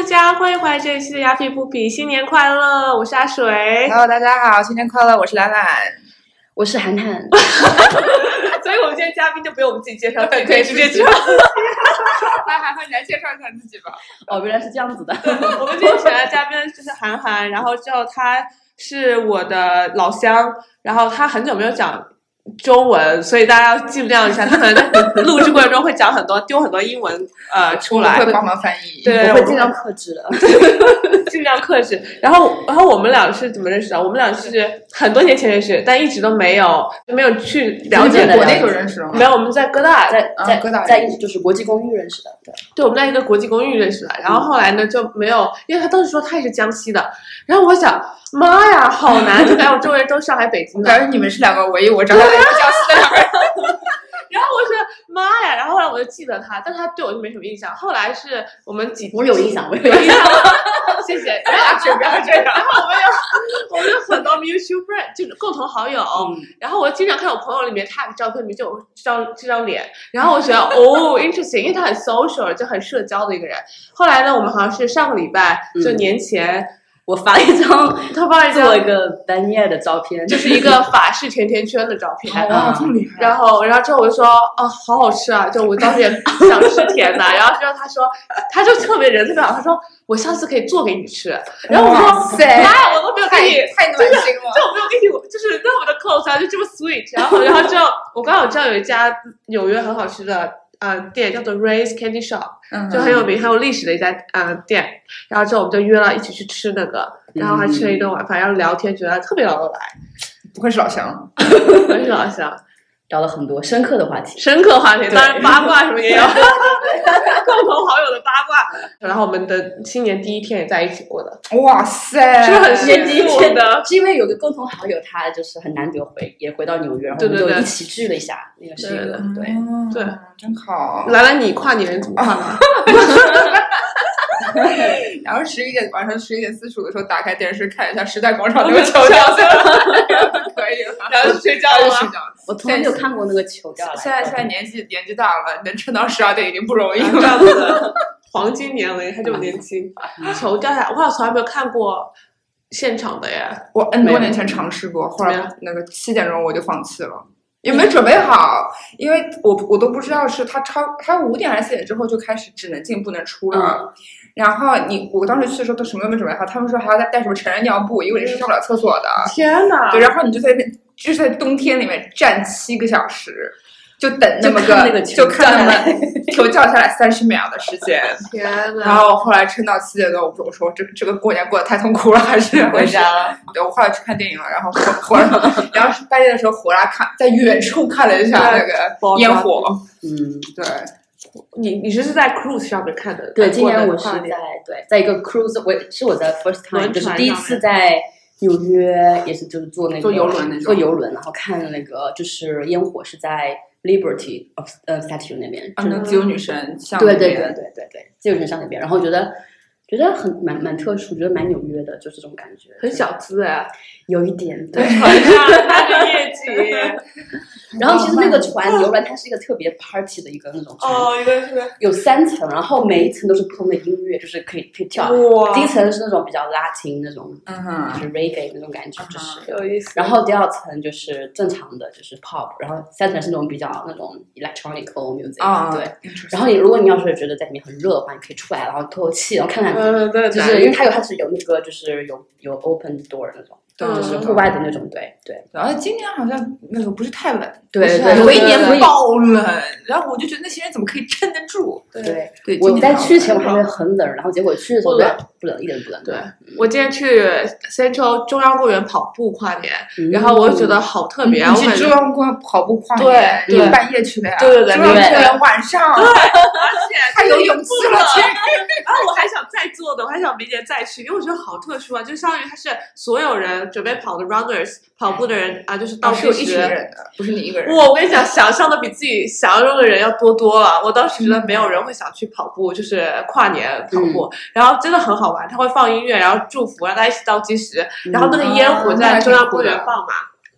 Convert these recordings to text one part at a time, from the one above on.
大家欢迎回来这一期的雅痞不痞，新年快乐！我是阿水。 Hello， 大家好，新年快乐！我是兰兰， 我是涵涵。 所以我们今天嘉宾就不用我们自己介绍，可以直接介绍。 来，涵涵，你来介绍一下自己吧。 哦，原来是这样子的。 我们今天请来的嘉宾就是涵涵，然后之后他是我的老乡，然后他很久没有讲中文，所以大家要尽量一下，他可能在录制过程中会讲很多丢很多英文出来， 会帮忙翻译， 对， 我会尽量克制的， 尽量克制。然后我们俩是怎么认识的？我们俩是很多年前认识，但一直都没有去了解国内就认识了吗？ 没有，我们在哥大， 在就是国际公寓认识的， 对，我们在一个国际公寓认识的。然后后来呢就没有，因为他当时说他也是江西的，然后我想，妈呀，好难，就感觉我周围人都上海、北京的， 感觉你们是两个唯一我知道的江西的两个人。 然后我说妈呀，然后后来我就记得他，但他对我就没什么印象。后来是我们我有印象， 谢谢。 不要这样。 然后我们有很多 mutual friend， 就是共同好友。然后我经常看我朋友里面他的照片里面就有这张脸，然后我觉得哦 interesting， 因为他很 social， 就很社交的一个人。后来呢，我们好像是上个礼拜，就年前。 我发了一张， 他发了一张做一个单页的照片， 就是一个法式甜甜圈的照片。 哇，这么厉害！ 然后之后我就说，哦，好好吃啊！就我当时也想吃甜的。然后之后他说，他就特别人特别好，他说我下次可以做给你吃。然后我说，妈呀，我都没有跟你太暖心了， 就我没有跟你就是那么的 close 啊，就这么 sweet。然后之后我刚好知道有一家纽约很好吃的。店叫做 Ray's Candy Shop， 就很有名、很有历史的一家店。然后之后我们就约了一起去吃那个，然后还吃了一顿晚饭，然后聊天，觉得特别聊得来。 不愧是老乡， 不愧是老乡， 聊了很多深刻的话题。 深刻话题，当然八卦什么也有，共同好友的八卦。然后我们的新年第一天也在一起过的。 哇塞， 是不是很幸福的？ 是因为有个共同好友，他就是很难得回到纽约，然后我们就一起聚了一下那个时间。 对， 真好。 兰兰，你跨年怎么跨呢？ 然后晚上11点45的时候打开电视看一下时代广场那个球掉下来，可以了。 然后睡觉了吗？ 我从来没有看过那个球掉下来。 现在年纪大了，能撑到12点已经不容易了。 这样子的黄金年龄还这么年轻，球掉下来，我好像从来没有看过现场的耶。 我 N 多年前尝试过，后来那个7点钟我就放弃了。也没准备好，因为我都不知道是他5点还是4点之后就开始只能进不能出了。然后我当时去的时候都什么都没准备好，他们说还要再带什么成人尿布，因为你是上不了厕所的。 天哪！ 对，然后你就在那边就是在冬天里面站7个小时，就等那么就看那么球掉下来30秒的时间。 天哪！ 然后后来撑到7点多，我说这个过年过得太痛苦了，还是回家了。 对，我后来去看电影了，然后然后半夜的时候回来看，在远处看了一下那个烟火。对。 你是在 cruise 上面看的？ 对，今年我是在一个 cruise， 我的 first time， 就是第一次在纽约，也是就是坐游轮，然后看那个就是烟火是在 Liberty of Statue 那边， 那自由女神像对，自由女神像那边，然后觉得很蛮特殊，觉得蛮纽约的，就这种感觉， 很小资啊， 有一点对，船上它的业绩。 然后其实那个游轮它是一个特别 party 的一个那种船， 一个是有3层，然后每一层都是不同的音乐，就是可以跳。第一层是那种比较拉丁那种，就是 reggae 那种感觉，就是有意思。 然后第2层就是正常的，就是 pop， 然后3层是那种比较那种 electronic music，对。然后如果你要是觉得在里面很热的话，你可以出来，然后透气，然后看看，就是因为它是有那个就是有 open door 那种。就是户外的那种，对。 然后今年好像那个不是太冷， 对， 有一年爆冷，然后我就觉得那些人怎么可以撑得住？ 对， 我在去前我还会很冷，然后结果去的时候不冷，一点都不冷。 对，我今天去 Central 中央公园跑步跨年，然后我就觉得好特别。 你去中央公园跑步跨年， 对， 半夜去的呀？ 对， 中央公园晚上， 对，而且太有勇气了。 然后我还想再做的，我还想明年再去，因为我觉得好特殊啊，就相当于它是所有人准备跑的 runners 跑步的人啊，就是倒计时， 是有一群人的，不是你一个人。 我跟你讲，想象的比自己想象中的人要多了。我当时觉得没有人会想去跑步，就是跨年跑步，然后真的很好玩，他会放音乐，然后祝福，让大家一起倒计时，然后那个烟火在中央公园放嘛。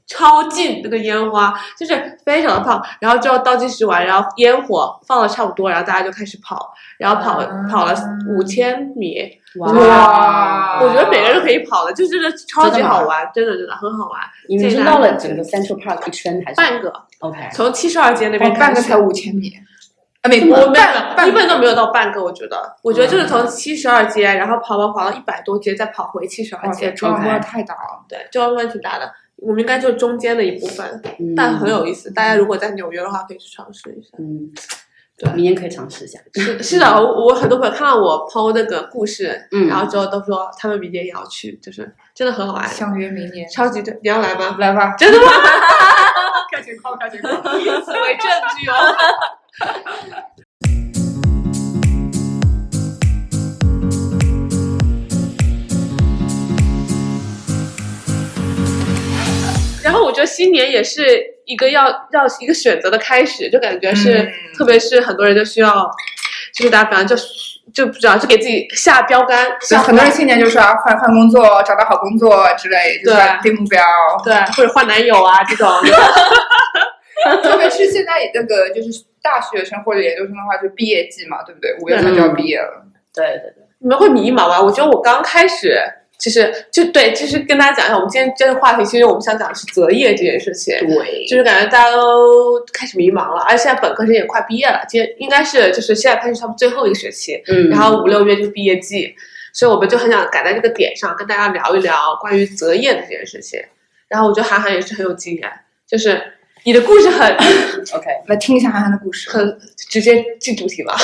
超近，那个烟花就是非常的胖，然后就要倒计时完，然后烟火放了差不多，然后大家就开始跑，然后跑了5000米。 哇！ 我觉得每个人都可以跑的，就真的超级好玩，真的很好玩。 你们是绕了整个 Central Park 一圈还是半个 ？OK， 从72街那边半个才5000米。美国一般都没有到半个，我觉得就是从72街，然后跑到100多街，再跑回72街， 中间太大了。 对，中间挺大的。我们应该就是中间的一部分，但很有意思。大家如果在纽约的话，可以去尝试一下。对， 明年可以尝试一下。 是的，我很多朋友看到我 PO 那个故事，然后之后都说他们明年也要去，就是真的很好玩。 相约明年， 超级对，你要来吗？ 来吧， 真的吗？ 看情况， 作为证据哦。然后我觉得新年也是一个要一个选择的开始，就感觉是，特别是很多人就需要，就是大家反正就不知道，就给自己下标杆。 很多人新年就是要换工作，找到好工作之类，就是定目标， 对，或者换男友啊这种。 特别是现在那个就是大学生或者研究生的话，就毕业季嘛，对不对？5月份就要毕业了。 对， 你们会迷茫吗？我觉得我刚开始。其实跟大家讲一下，我们今天这个话题，其实我们想讲的是择业这件事情。 对， 就是感觉大家都开始迷茫了，而且现在本科生也快毕业了，今天应该是就是现在开始他们最后一个学期，然后5、6月就是毕业季，所以我们就很想赶在这个点上跟大家聊一聊关于择业的这件事情。然后我觉得韩寒也是很有经验，就是你的故事很 OK， 来听一下韩寒的故事， 很直接进主题吧。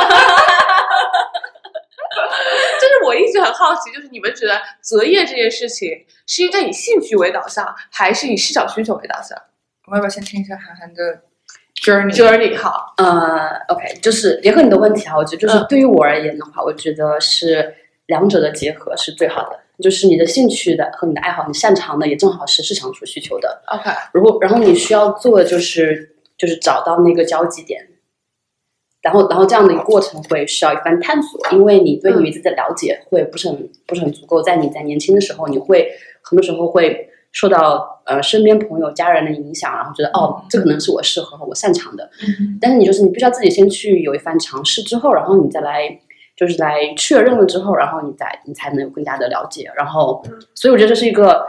就是我一直很好奇，就是你们觉得择业这件事情是应该以兴趣为导向，还是以市场需求为导向？ 我要不要先听一下韩寒的 journey 好 ，OK， 就是结合你的问题哈，我觉得就是对于我而言的话，我觉得是两者的结合是最好的，就是你的兴趣的和你的爱好，你擅长的也正好是市场所需求的。 OK， 然后你需要做的就是找到那个交集点。然后这样的一个过程会需要一番探索，因为你对你自己的了解会不是很足够。在你在年轻的时候，你会很多时候会受到身边朋友、家人的影响，然后觉得这可能是我适合和我擅长的。但是你必须要自己先去有一番尝试之后，然后你再来确认了之后，然后你才能有更加的了解。然后，所以我觉得这是一个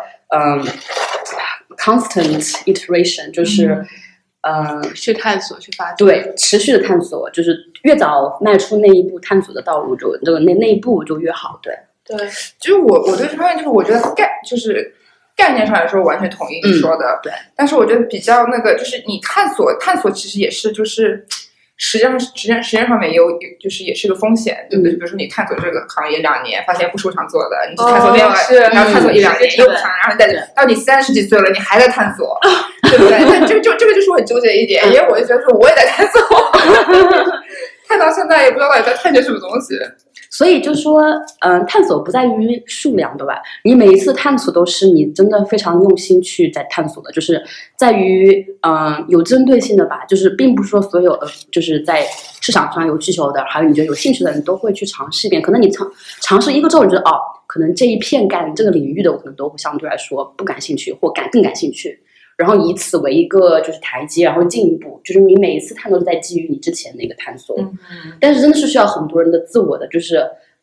constant iteration， 就是。 去探索，去发展， 对，持续的探索，就是越早迈出那一步探索的道路，就那一步就越好。对， 就是我对这方面，就是我觉得概念上来说完全同意你说的， 对。 但是我觉得比较那个，就是你探索其实也是就是实践上面就是也是个风险，对不对？比如说你探索这个行业2年，发现不是我想做的，你去探索另外，然后探索1、2年又不想，然后到你30几岁了，你还在探索，对不对？那这个就是我很纠结一点，因为我就觉得说我也在探索，探到现在也不知道到底在探究什么东西。 所以就说，探索不在于数量，对吧？你每一次探索都是你真的非常用心去在探索的，就是在于有针对性的吧，就是并不是说所有就是在市场上有需求的，还有你觉得有兴趣的人都会去尝试一遍。可能你尝试一个之后，你觉得可能这一片干这个领域的我可能都会相对来说不感兴趣，或更感兴趣。然后以此为一个就是台阶，然后进一步，就是你每一次探都是在基于你之前的一个探索。但是真的是需要很多人的自我的，就是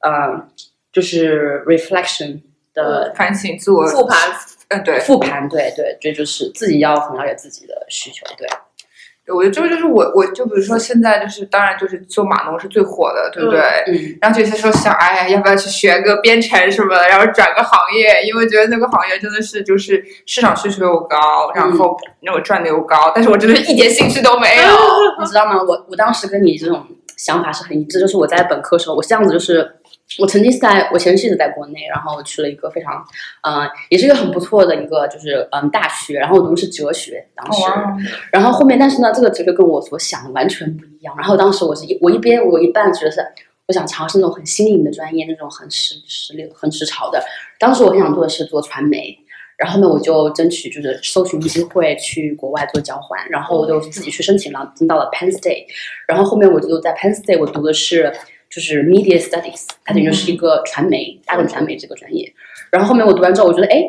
reflection 的反省、自我复盘。 对， 复盘，对，这就是自己要很了解自己的需求。对， 我觉得这个就是我就比如说现在就是当然就是做码农是最火的，对不对？然后就有些时候想，要不要去学个编程什么的，然后转个行业，因为觉得那个行业真的是就是市场需求又高，然后我赚的又高，但是我真的一点兴趣都没有， 你知道吗？我当时跟你这种想法是很一致，就是我在本科的时候，我这样子就是我曾经我前期是在国内，然后去了一个非常也是一个很不错的一个就是大学，然后我读的是哲学当时，然后后面但是呢这个哲学跟我所想的完全不一样，然后当时我一半觉得是我想尝试那种很新颖的专业，那种很时潮的，当时我很想做的是做传媒，然后呢我就争取就是搜寻机会去国外做交换，然后我就自己去申请了，进到了 Penn State， 然后后面我就在 Penn State 我读的是就是 Media Studies， 它等于是一个传媒大众传媒这个专业，然后后面我读完之后我觉得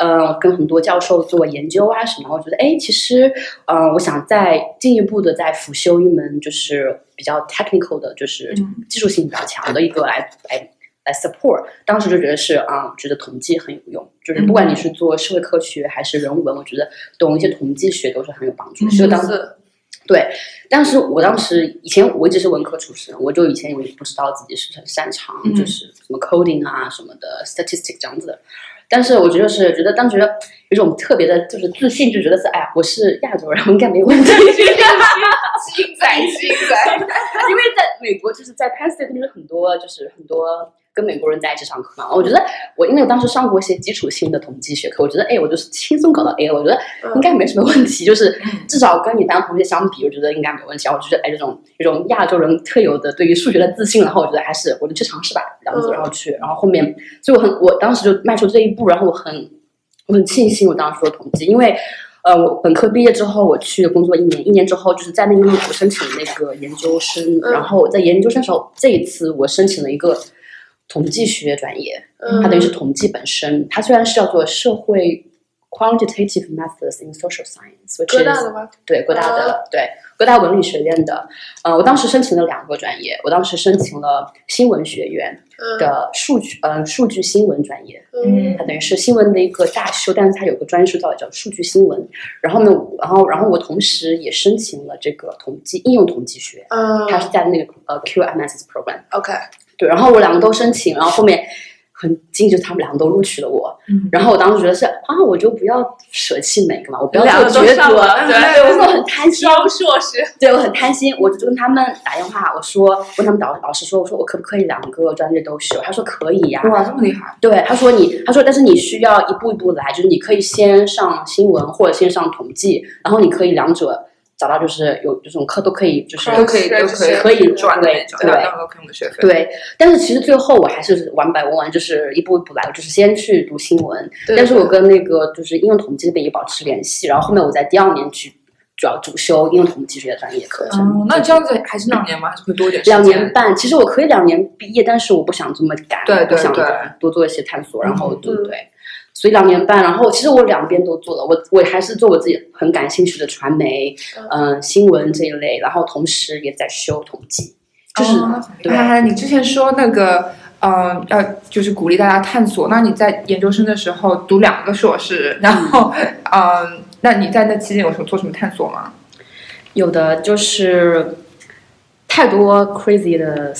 跟很多教授做研究啊什么，我觉得其实我想再进一步的再辅修一门就是比较 technical 的，就是技术性比较强的一个来 support。当时就觉得觉得统计很有用，就是不管你是做社会科学还是人文，我觉得懂一些统计学都是很有帮助。所以对，但是我当时以前我一直是文科出身，我以前也不知道自己是很擅长就是什么 coding 啊什么的 statistics 这样子的。但是我觉得当时有一种特别的就是自信，就觉得我是亚洲人，我应该没问题。 鸡仔， 因为在美国就是在 Penn State 就是很多跟美国人在一起上课嘛，我觉得因为我当时上过一些基础性的统计学课，我觉得我就是轻松搞到 A 了，我觉得应该没什么问题，就是至少跟你班同学相比，我觉得应该没问题。然后我就觉得这种亚洲人特有的对于数学的自信，然后我觉得我就去尝试吧，这样子，然后后面，所以我当时就迈出这一步，然后我很庆幸我当时做统计，因为我本科毕业之后，我去工作一年之后，就是在那边我申请那个研究生，然后在研究生的时候，这一次我申请了一个统计学专业，它等于是统计本身，它虽然是叫做社会 quantitative methods in social science， 哥大的吗？ 对，哥大的，对，哥大文理学院的。我当时申请了2个专业，我当时申请了新闻学院的数据新闻专业，它等于是新闻的一个大修，但是它有个专业叫数据新闻。然后呢，然后我同时也申请了这个应用统计学，它是在那个QMS program。OK。对，然后我2个都申请，然后后面很惊，就是他们2个都录取了我。然后我当时觉得我就不要舍弃每个嘛，我不要做抉择。对，我很贪心。 硕士。对， 我很贪心，我就跟他们打电话，问他们导师说，我可不可以2个专业都修？他说可以呀。 哇，这么厉害！ 对，他说但是你需要一步一步来，就是你可以先上新闻或者先上统计，然后你可以2者。找到就是有这种课都可以，就是都可以赚的那种，对。但是其实最后我还是100%1就是一步一步来，就是先去读新闻，但是我跟那个就是应用统计那边也保持联系，然后后面我在第2年去主要主修应用统计学的专业课程。 那这样子还是2年吗？还是会多点 ？2年半，其实我可以2年毕业，但是我不想这么赶， 对， 我想多做一些探索，然后对。所以2年半，然后其实我2边都做了，我还是做我自己很感兴趣的传媒，新闻这一类，然后同时也在修统计，就是你之前说那个要就是鼓励大家探索，那你在研究生的时候读2个硕士，然后那你在那期间有做什么探索吗？ 有的，就是太多 crazy 的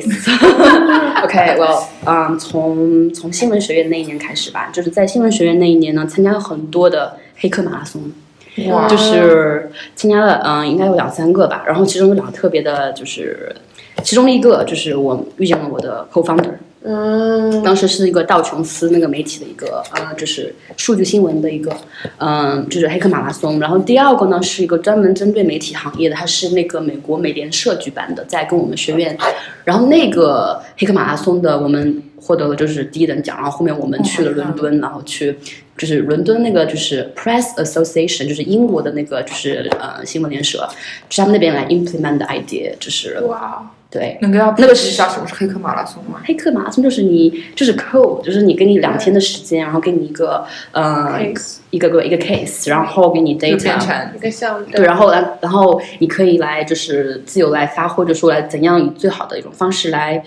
stories。OK，well，从新闻学院那一年开始吧，就是在新闻学院那一年呢，参加了很多的黑客马拉松，就是参加了应该有2-3个吧，然后其中有2个特别的，就是其中的一个就是我遇见了我的 co-founder。当时是一个道琼斯那个媒体的一个就是数据新闻的一个就是黑客马拉松。然后第2个呢是一个专门针对媒体行业的，它是那个美国美联社举办的，在跟我们学院。然后那个黑客马拉松的我们获得了就是第1等奖，然后后面我们去了伦敦，然后去就是伦敦那个就是 Press Association， 就是英国的那个就是新闻联社，就是他们那边来 implement 的 idea， 就是哇。 对， 那个是什么是黑客马拉松吗？ 黑客马拉松就是就是 code， 就是你给你2天的时间，然后给你一个一个 case， 然后给你 data， 一个项目。 对，然后你可以来就是自由来发，或者说来怎样以最好的一种方式来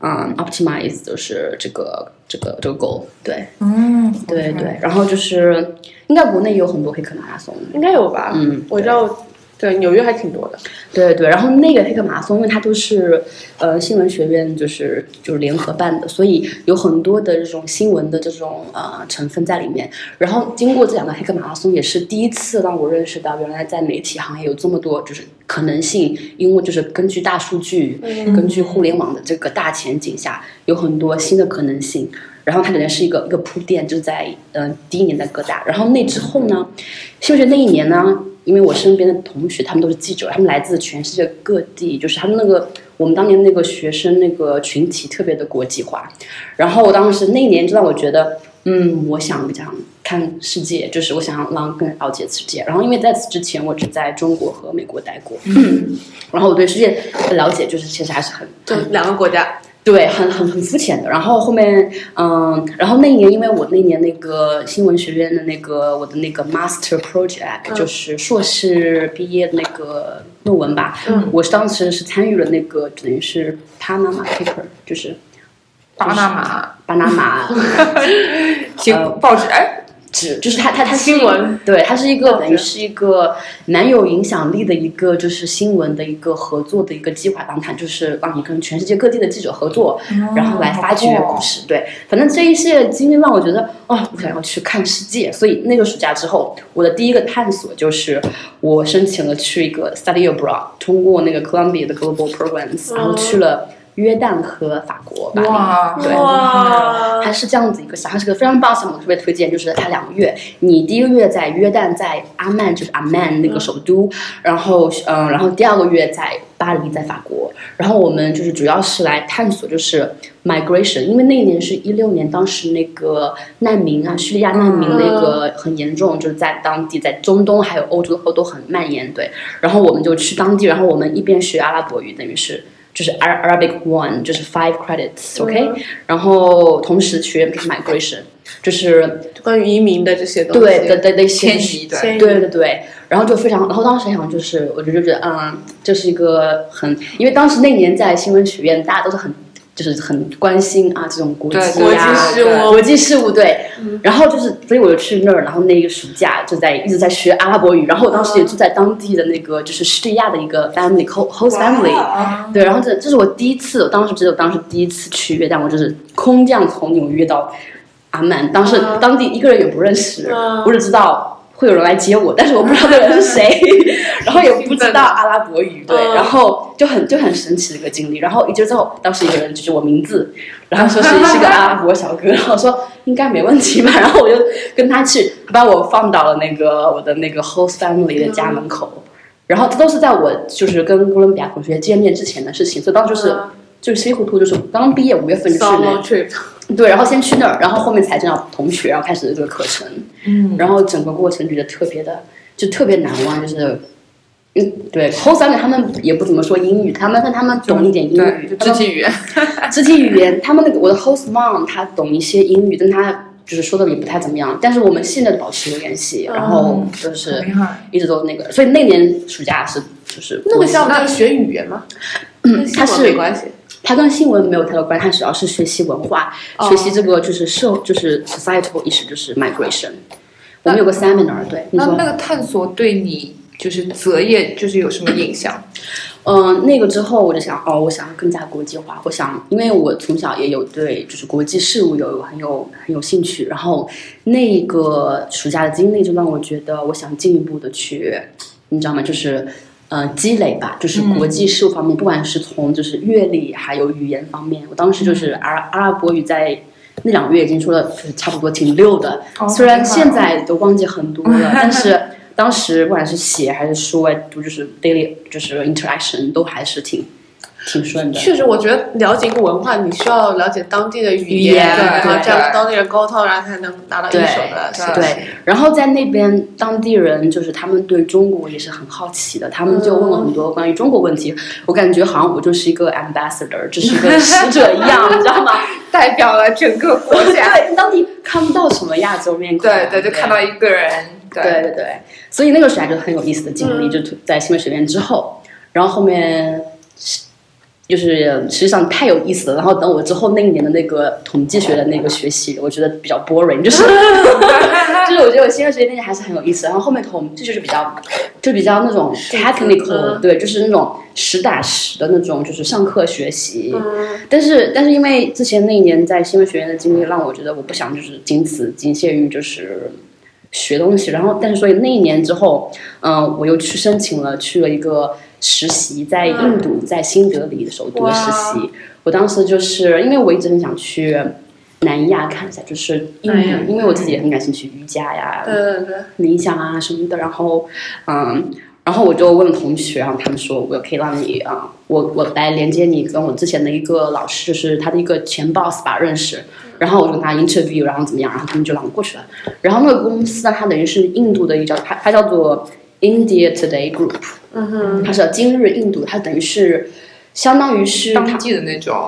optimize 就是这个 goal。对，对，然后就是应该国内也有很多黑客马拉松， 应该有吧？我知道。对，纽约还挺多的。 对，然后那个黑客马拉松，因为它都是新闻学院就是联合办的，所以有很多的这种新闻的这种成分在里面。然后经过这2个黑客马拉松，也是第一次让我认识到，原来在媒体行业有这么多就是可能性，因为就是根据大数据，根据互联网的这个大前景下，有很多新的可能性。然后它可能是一个铺垫，就是在第1年在哥大。然后那之后呢，新闻学那一年呢。因为我身边的同学他们都是记者，他们来自全世界各地，就是他们我们当年那个学生那个群体特别的国际化。然后我当时那一年就让我觉得我想看世界，就是我想让更了解世界。然后因为在此之前我只在中国和美国待过，然后我对世界的了解就是其实还是很就2个国家。 对，很肤浅的。然后后面，然后那一年，因为我那年那个新闻学院的我的那个 master project，就是硕士毕业的那个论文吧，我当时是参与了那个等于是 Panama paper， 就是巴拿马， 报纸就是它新闻， 对，它是一个等于是一个蛮有影响力的一个就是新闻的一个合作的一个计划当谈，就是让你跟全世界各地的记者合作，然后来发掘故事。对，反正这一些经历让我觉得我想要去看世界。所以那个暑假之后，我的第一个探索就是我申请了去一个 study abroad， 通过那个 Columbia 的 Global Programs， 然后去了约旦和法国巴黎。对，它是这样子一个它是个非常棒的项目，特别推荐。就是它2个月，你第1个月在约旦，在阿曼，就是阿曼那个首都，然后第2个月在巴黎，在法国。然后我们就是主要是来探索就是 migration， 因为那一年是16年，当时那个难民啊，叙利亚难民的一个很严重，就是在当地，在中东还有欧洲都很蔓延。对，然后我们就去当地，然后我们一边学阿拉伯语，等于是。就是 Arabic 1， 就是 5 credits，OK，然后同时学 migration， 就是关于移民的这些东西， 对， 迁移， 对，然后就非常，然后当时想就是，我就觉得，这是一个因为当时那年在新闻学院，大家都是很关心啊这种国际事务，对，然后就是所以我就去那儿，然后那个暑假就一直在学阿拉伯语，然后我当时也住在当地的那个就是叙利亚的一个 family host family， 对，然后这是我第一次，我当时第一次去约旦，我就是空降从纽约到阿曼，当时当地一个人也不认识，我只知道会有人来接我，但是我不知道这个人是谁，然后也不知道阿拉伯语，对，然后就很神奇的一个经历。然后一直之后，当时一个人就是我名字，然后说是个阿拉伯小哥，然后说应该没问题吧，然后我就跟他去，把我放到了我的那个 host family 的家门口，然后这都是在我就是跟哥伦比亚同学见面之前的事情，所以当时就是稀里糊涂，就是刚毕业5月份去对，然后先去那儿，然后后面才见到同学，然后开始这个课程，然后整个过程觉得特别难忘，就是对 ，host family 他们也不怎么说英语，但他们懂一点英语， 肢体语言， 他们我的 host mom 她懂一些英语，但她就是说的也不太怎么样，但是我们现在保持联系，然后就是一直都所以那年暑假就是那个项目要学语言吗？ 它是没关系。 它跟新闻没有太多关系，它主要是学习文化，学习这个就是 societal issue， 就是 migration。我们有个 seminar， 对。 那个探索对你就是择业就是有什么影响？ 那个之后我就想，我想要更加国际化。我想，因为我从小也有对就是国际事务很有兴趣，然后那个暑假的经历就让我觉得，我想进一步的去，你知道吗？就是积累吧，就是国际事务方面，不管是从就是阅历还有语言方面，我当时就是阿拉伯语在那2个月已经说的就是差不多挺溜的，虽然现在都忘记很多了，但是当时不管是写还是说读就是 daily 就是 interaction 都还是挺顺的。 确实，我觉得了解一个文化，你需要了解当地的语言，然后这样跟当地人沟通，然后才能拿到一手的。 对，然后在那边当地人就是他们对中国也是很好奇的，他们就问了很多关于中国问题。我感觉好像我就是一个 ambassador， 就是一个使者一样，你知道吗？ 代表了整个国家。 对，当地看不到什么亚洲面孔。 对，就看到一个人。 对，所以那个暑假就很有意思的经历，就在新闻学院之后，然后后面。就是实际上太有意思了，然后等我之后那一年的那个统计学的那个学习，我觉得比较 boring， 就是我觉得我新闻学那年还是很有意思，然后后面统计就是比较那种 technical， 对，就是那种实打实的那种，就是上课学习。但是因为之前那一年在新闻学院的经历，让我觉得我不想就是仅限于就是学东西，然后但是所以那一年之后，我又去了一个。实习在印度，在新德里的首都的实习。我当时就是因为我一直很想去南亚看一下，就是印度，因为我自己也很感兴趣瑜伽呀、冥想啊什么的。然后我就问同学，然后他们说我可以让你我来连接你跟我之前的一个老师，就是他的一个前 boss 吧认识。然后我就跟他 interview， 然后怎么样，然后他们就让我过去了。然后那个公司呢，它等于是印度的一个它叫做 India Today Group。它是今日印度，它等于是相当于是当地的那种，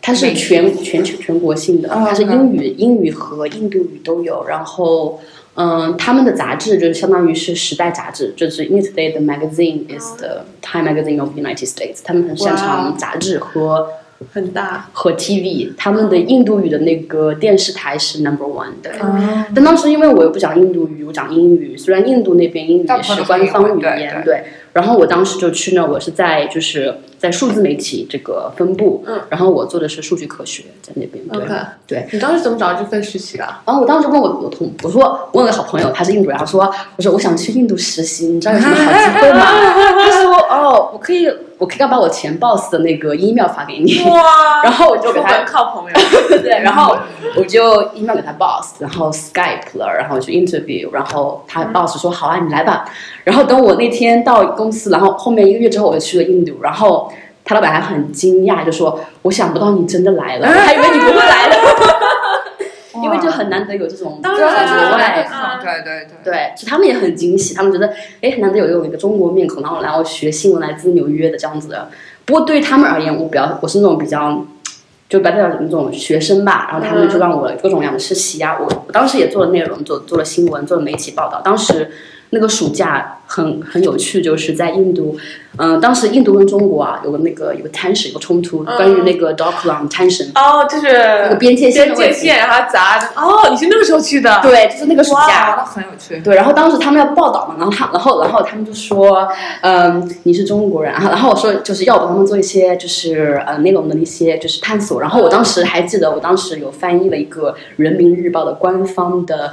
它是全国性的，它是英语和印度语都有。然后，他们的杂志就是相当于是时代杂志，就是 Today the magazine is the Time magazine of the United States。他们很擅长杂志和很大和 TV， 他们的印度语的那个电视台是 No.1 对。但当时因为我又不讲印度语，我讲英语，虽然印度那边英语是官方语言，对。然后我当时就去那，我是在数字媒体这个分部，然后我做的是数据科学，在那边。对。 你当时怎么找到这份实习啊？ 然后我当时问我问我个好朋友，他是印度人，我说我想去印度实习，你知道有什么好机会吗？他说我可以把我前 boss 的那个 email 发给你。 哇！ 然后我就给他靠朋友。 对，然后我就 email 给他 boss， 然后 Skype 了，然后就 interview， 然后他 boss 说好啊，你来吧。然后等我那天到公司，然后后面1个月之后我就去了印度，然后他老板还很惊讶，就说我想不到你真的来了，我还以为你不会来了。因为就很难得有这种国外，对，就他们也很惊喜，他们觉得很难得有一个中国面孔，然后学新闻来自纽约的这样子的。不过对于他们而言，我是那种比较就白叫那种学生吧，然后他们就让我各种各样的实习啊，我当时也做了内容，做了新闻，做了媒体报道。当时那个暑假很有趣，就是在印度，当时印度跟中国啊有个 tension， 有个冲突，关于那个 Doklam tension， 就是那个边界线的问题， 然后砸的。你是那个时候去的？ 对，就是那个暑假， 那很有趣。 对，然后当时他们要报道嘛，然后他们就说，你是中国人，然后我说就是要帮他们做一些就是内容的一些就是探索，然后我当时还记得，我当时有翻译了一个人民日报的官方的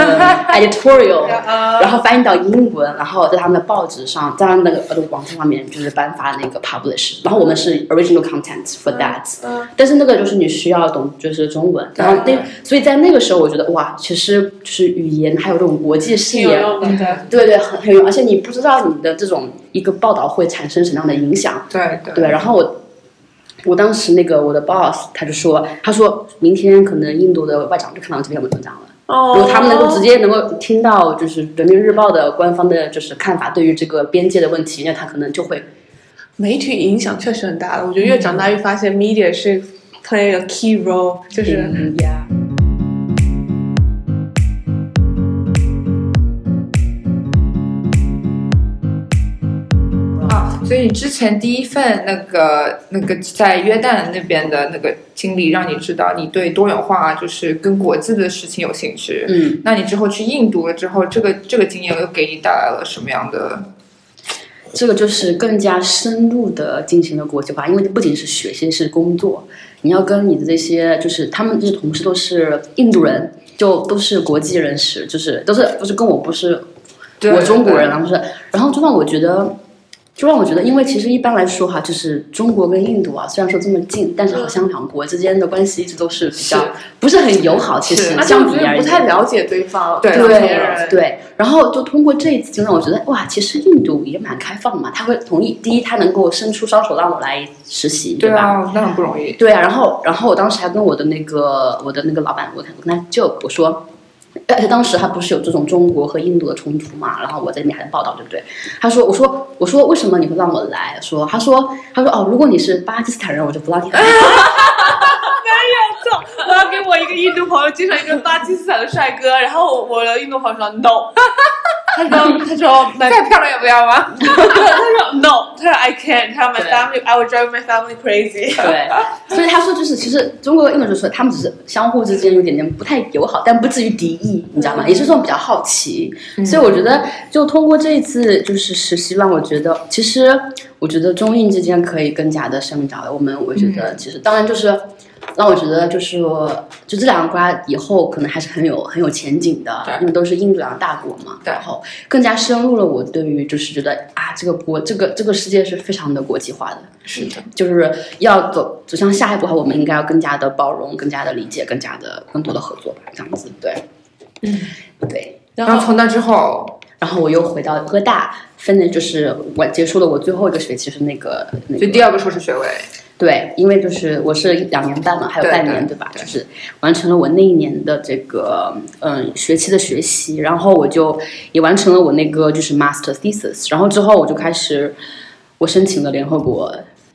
editorial， 然后翻译到英文，然后在他们的报纸上，在他们那个网站上面就是颁发那个 publish， 然后我们是 original content for that， 但是那个就是你需要懂就是中文，然后所以在那个时候我觉得哇，其实就是语言还有这种国际视野，对，很有用，而且你不知道你的这种一个报道会产生什么样的影响，对，然后我当时我的 boss 他说明天可能印度的外长就看到这篇文章了。如果他们能够直接能够听到就是人民日报的官方的就是看法对于这个边界的问题，那他可能就会媒体影响确实很大的。我觉得越长大越发现 media 是 play a key role， 就是所以你之前第一份那个在约旦那边的那个经历，让你知道你对多元化就是跟国际的事情有兴趣。那你之后去印度了之后，这个经验又给你带来了什么样的？ 这个就是更加深入的进行了国际化，因为不仅是学习，是工作，你要跟你的这些就是他们这些同事都是印度人，就都是国际人士，就是都是跟我不是我中国人，然后就让我觉得，因为其实一般来说哈，就是中国跟印度啊，虽然说这么近，但是好像两国之间的关系一直都是比较不是很友好。其实相比而言， 不太了解对方。 对。然后就通过这一次，就让我觉得哇，其实印度也蛮开放嘛，他会同意，第一，他能够伸出双手让我来实习，对吧？ 那很不容易。 对啊，然后我当时还跟我的那个老板，我跟他joke，我说。而且当时他不是有这种中国和印度的冲突嘛，然后我在那边还在报道，对不对？我说为什么你会让我来？他说哦，如果你是巴基斯坦人，我就不让你来。 没有错，我要给我一个印度朋友介绍一个巴基斯坦的帅哥，然后我的印度朋友说 no， 他说再漂亮也不要吗？ 他说 no， 他说 I can't， 他说 my family I will drive my family crazy。 对，所以他说就是其实中国和印度就是他们只是相互之间有点不太友好，但不至于敌意，你知道吗？也是这种比较好奇。所以我觉得就通过这一次就是实习，让我觉得其实我觉得中印之间可以更加的深入交流。我觉得其实当然就是让我觉得就是说，就这两个国家以后可能还是很有前景的，因为都是印度洋大国嘛。然后更加深入了我对于就是觉得啊，这个世界是非常的国际化的。 是的， 就是要走向下一步，我们应该要更加的包容，更加的理解，更多的合作吧，这样子。对，对。 然后从那之后， 然后我又回到哥大，就是我结束了我最后一个学期是那个就第二个硕士学位。 对，因为就是我是2年半嘛，还有半年，对吧？就是完成了我那一年的这个学期的学习，然后我就也完成了我那个就是 master thesis， 然后之后我就开始我申请了联合国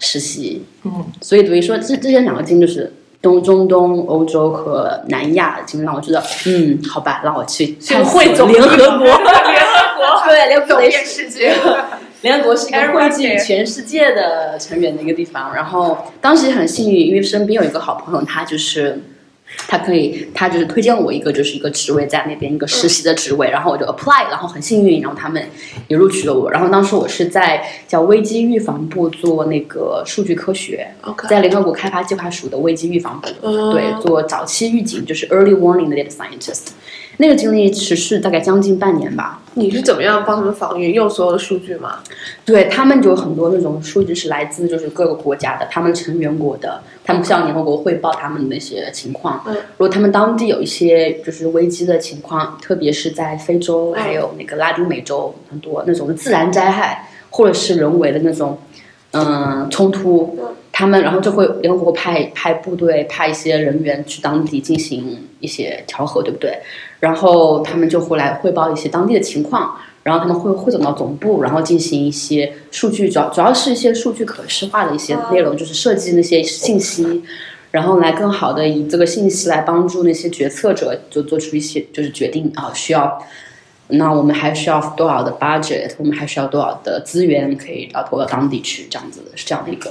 实习，所以等于说这些2个经历就是中东、欧洲和南亚的经历，让我觉得好吧，让我去汇总联合国， 对， 联合国世界。 联合国是一个汇集全世界的成员的一个地方，然后当时也很幸运，因为身边有一个好朋友，他就是推荐我一个职位在那边一个实习的职位，然后我就 apply， 然后很幸运，然后他们也录取了我。然后当时我是在叫危机预防部做那个数据科学，在联合国开发计划署的危机预防部，对，做早期预警，就是 early warning 的 data scientist。那个经历持续大概将近半年吧。 你是怎么样帮他们防御？用所有的数据吗？ 对，他们就有很多那种数据是来自就是各个国家的，他们成员国的，他们向联合国汇报他们的那些情况。如果他们当地有一些就是危机的情况，特别是在非洲还有那个拉丁美洲，很多那种自然灾害或者是人为的那种冲突，他们然后就会联合国派部队派一些人员去当地进行一些调和，对不对？然后他们就会来汇报一些当地的情况，然后他们会汇总到总部，然后进行一些数据，主要是一些数据可视化的一些内容，就是设计那些信息，然后来更好的以这个信息来帮助那些决策者就做出一些就是决定需要。那我们还需要多少的 budget， 我们还需要多少的资源可以投到当地去，这样子是这样的一个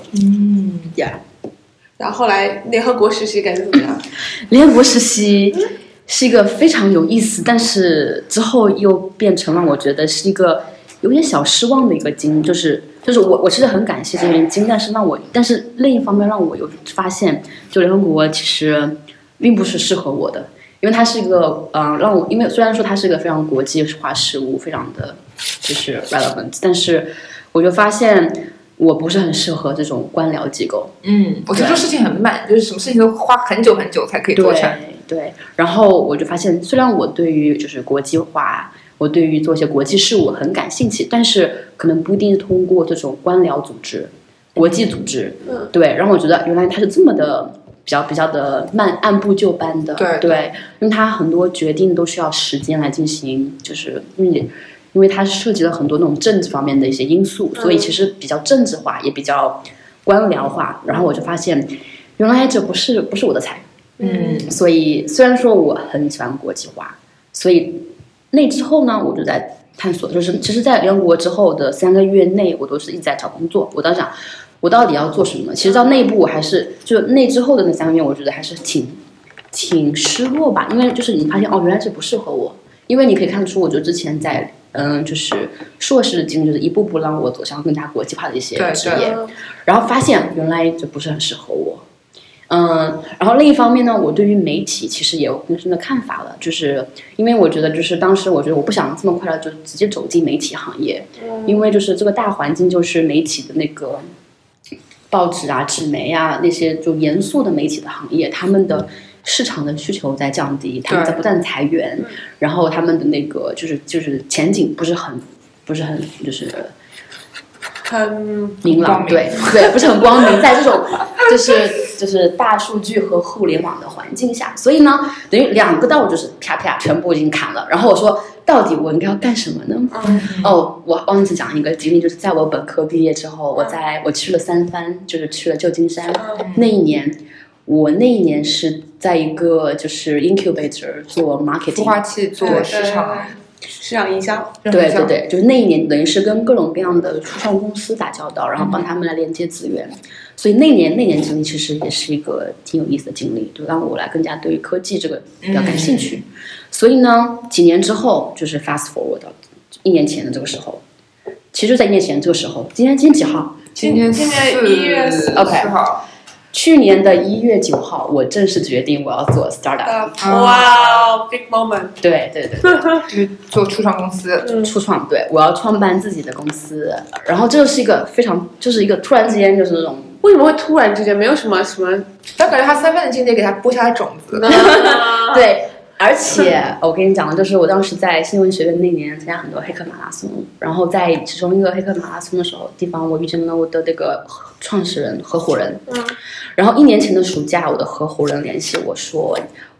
然后后来联合国实习感觉怎么样？ 联合国实习是一个非常有意思，但是之后又变成让我觉得是一个有点小失望的一个经历，就是我其实很感谢这边经历，但是另一方面让我有发现，就联合国其实并不是适合我的。因为它是一个因为虽然说它是一个非常国际化事务，非常的就是 relevant， 但是我就发现我不是很适合这种官僚机构。 我觉得做事情很慢，就是什么事情都花很久很久才可以做成。 对，然后我就发现，虽然我对于就是国际化，我对于做一些国际事务很感兴趣，但是可能不一定是通过这种官僚组织、国际组织。对，让我觉得原来它是这么的。比较的慢，按部就班的，对，因为它很多决定都需要时间来进行，就是因为它涉及了很多那种政治方面的一些因素，所以其实比较政治化，也比较官僚化。然后我就发现，原来这不是我的菜，所以虽然说我很喜欢国际化，所以那之后呢，我就在探索，就是其实，在联合国之后的3个月内，我都是一直在找工作。我当时想，我到底要做什么？其实到内部我还是就那之后的那3个月，我觉得还是挺失落吧，因为就是你发现原来这不适合我，因为你可以看出，我就之前在就是硕士的经历，就是一步步让我走向更加国际化的一些职业，然后发现原来这不是很适合我。然后另一方面呢，我对于媒体其实也有更深的看法了，就是因为我觉得就是当时我觉得我不想这么快的就直接走进媒体行业，因为就是这个大环境就是媒体的那个报纸啊、纸媒啊那些就严肃的媒体的行业，他们的市场的需求在降低，他们在不断裁员，然后他们的那个就是前景不是很就是很明朗，对，不是很光明，在这种就是大数据和互联网的环境下，所以呢，等于2个道就是啪啪全部已经砍了。然后我说，到底我应该要干什么呢？我忘记讲一个经历，就是在我本科毕业之后，我去了3番，就是去了旧金山。那一年是在一个就是 incubator 做 marketing， 孵化器做市场营销， 对，就是那一年等于是跟各种各样的初创公司打交道，然后帮他们来连接资源，所以那年经历其实也是一个挺有意思的经历，就让我来更加对于科技这个比较感兴趣。所以呢，几年之后就是 fast forward 到1年前的这个时候，其实就在1年前这个时候，今天几号？ 今天1月4号。 去年的1月9号，我正式决定我要做 startup。 哇 ，big moment！ 对， 就是做初创公司。 初创，对，我要创办自己的公司。然后这就是一个就是一个突然之间就是那种， 为什么会突然之间没有什么？ 但感觉他3番的经历给他播下了种子。 对。而且我跟你讲的就是我当时在新闻学院那年参加很多黑客马拉松，然后在其中一个黑客马拉松的地方，我遇见了我的那个创始人合伙人。然后1年前的暑假，我的合伙人联系我说，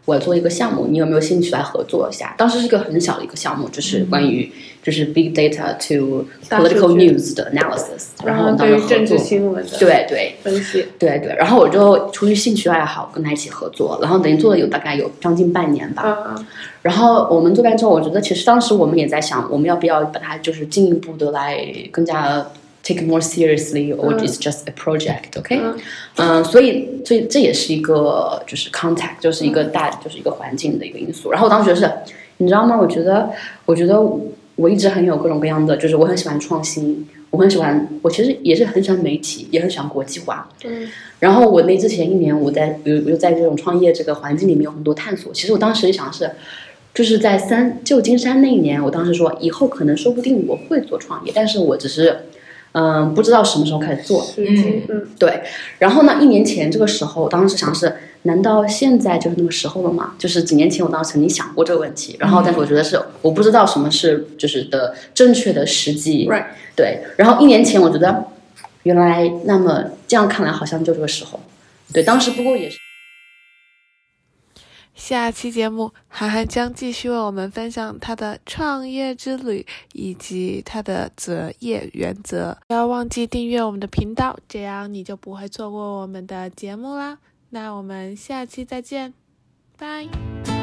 我做一个项目，你有没有兴趣来合作一下？当时是一个很小的一个项目，就是关于就是 big data to political news 的 analysis， 然后我们当时合作政治新闻的对分析， 对，然后我就出于兴趣爱好跟他一起合作，然后等于做了大概有将近半年吧。然后我们做完之后，我觉得其实当时我们也在想，我们要不要把它就是进一步的来更加take it more seriously, or it's just a project, OK？ 所以这也是一个就是 contact， 就是一个就是一个环境的一个因素。然后我当时是，你知道吗？我觉得我一直很有各种各样的，就是我很喜欢创新，我其实也是很喜欢媒体，也很喜欢国际化。然后我之前1年，我又在这种创业这个环境里面有很多探索。其实我当时想是。就是在旧金山那一年，我当时说以后可能说不定我会做创业，但是我只是不知道什么时候开始做。对。然后呢，1年前这个时候，我当时想是，难道现在就是那个时候了吗？就是几年前我当时曾经想过这个问题，然后但是我觉得是我不知道什么是就是的正确的时机。对。然后1年前我觉得原来那么这样看来好像就这个时候。对，当时不过也是。 下期节目，涵涵将继续为我们分享她的创业之旅以及她的择业原则。不要忘记订阅我们的频道，这样你就不会错过我们的节目啦。那我们下期再见，拜。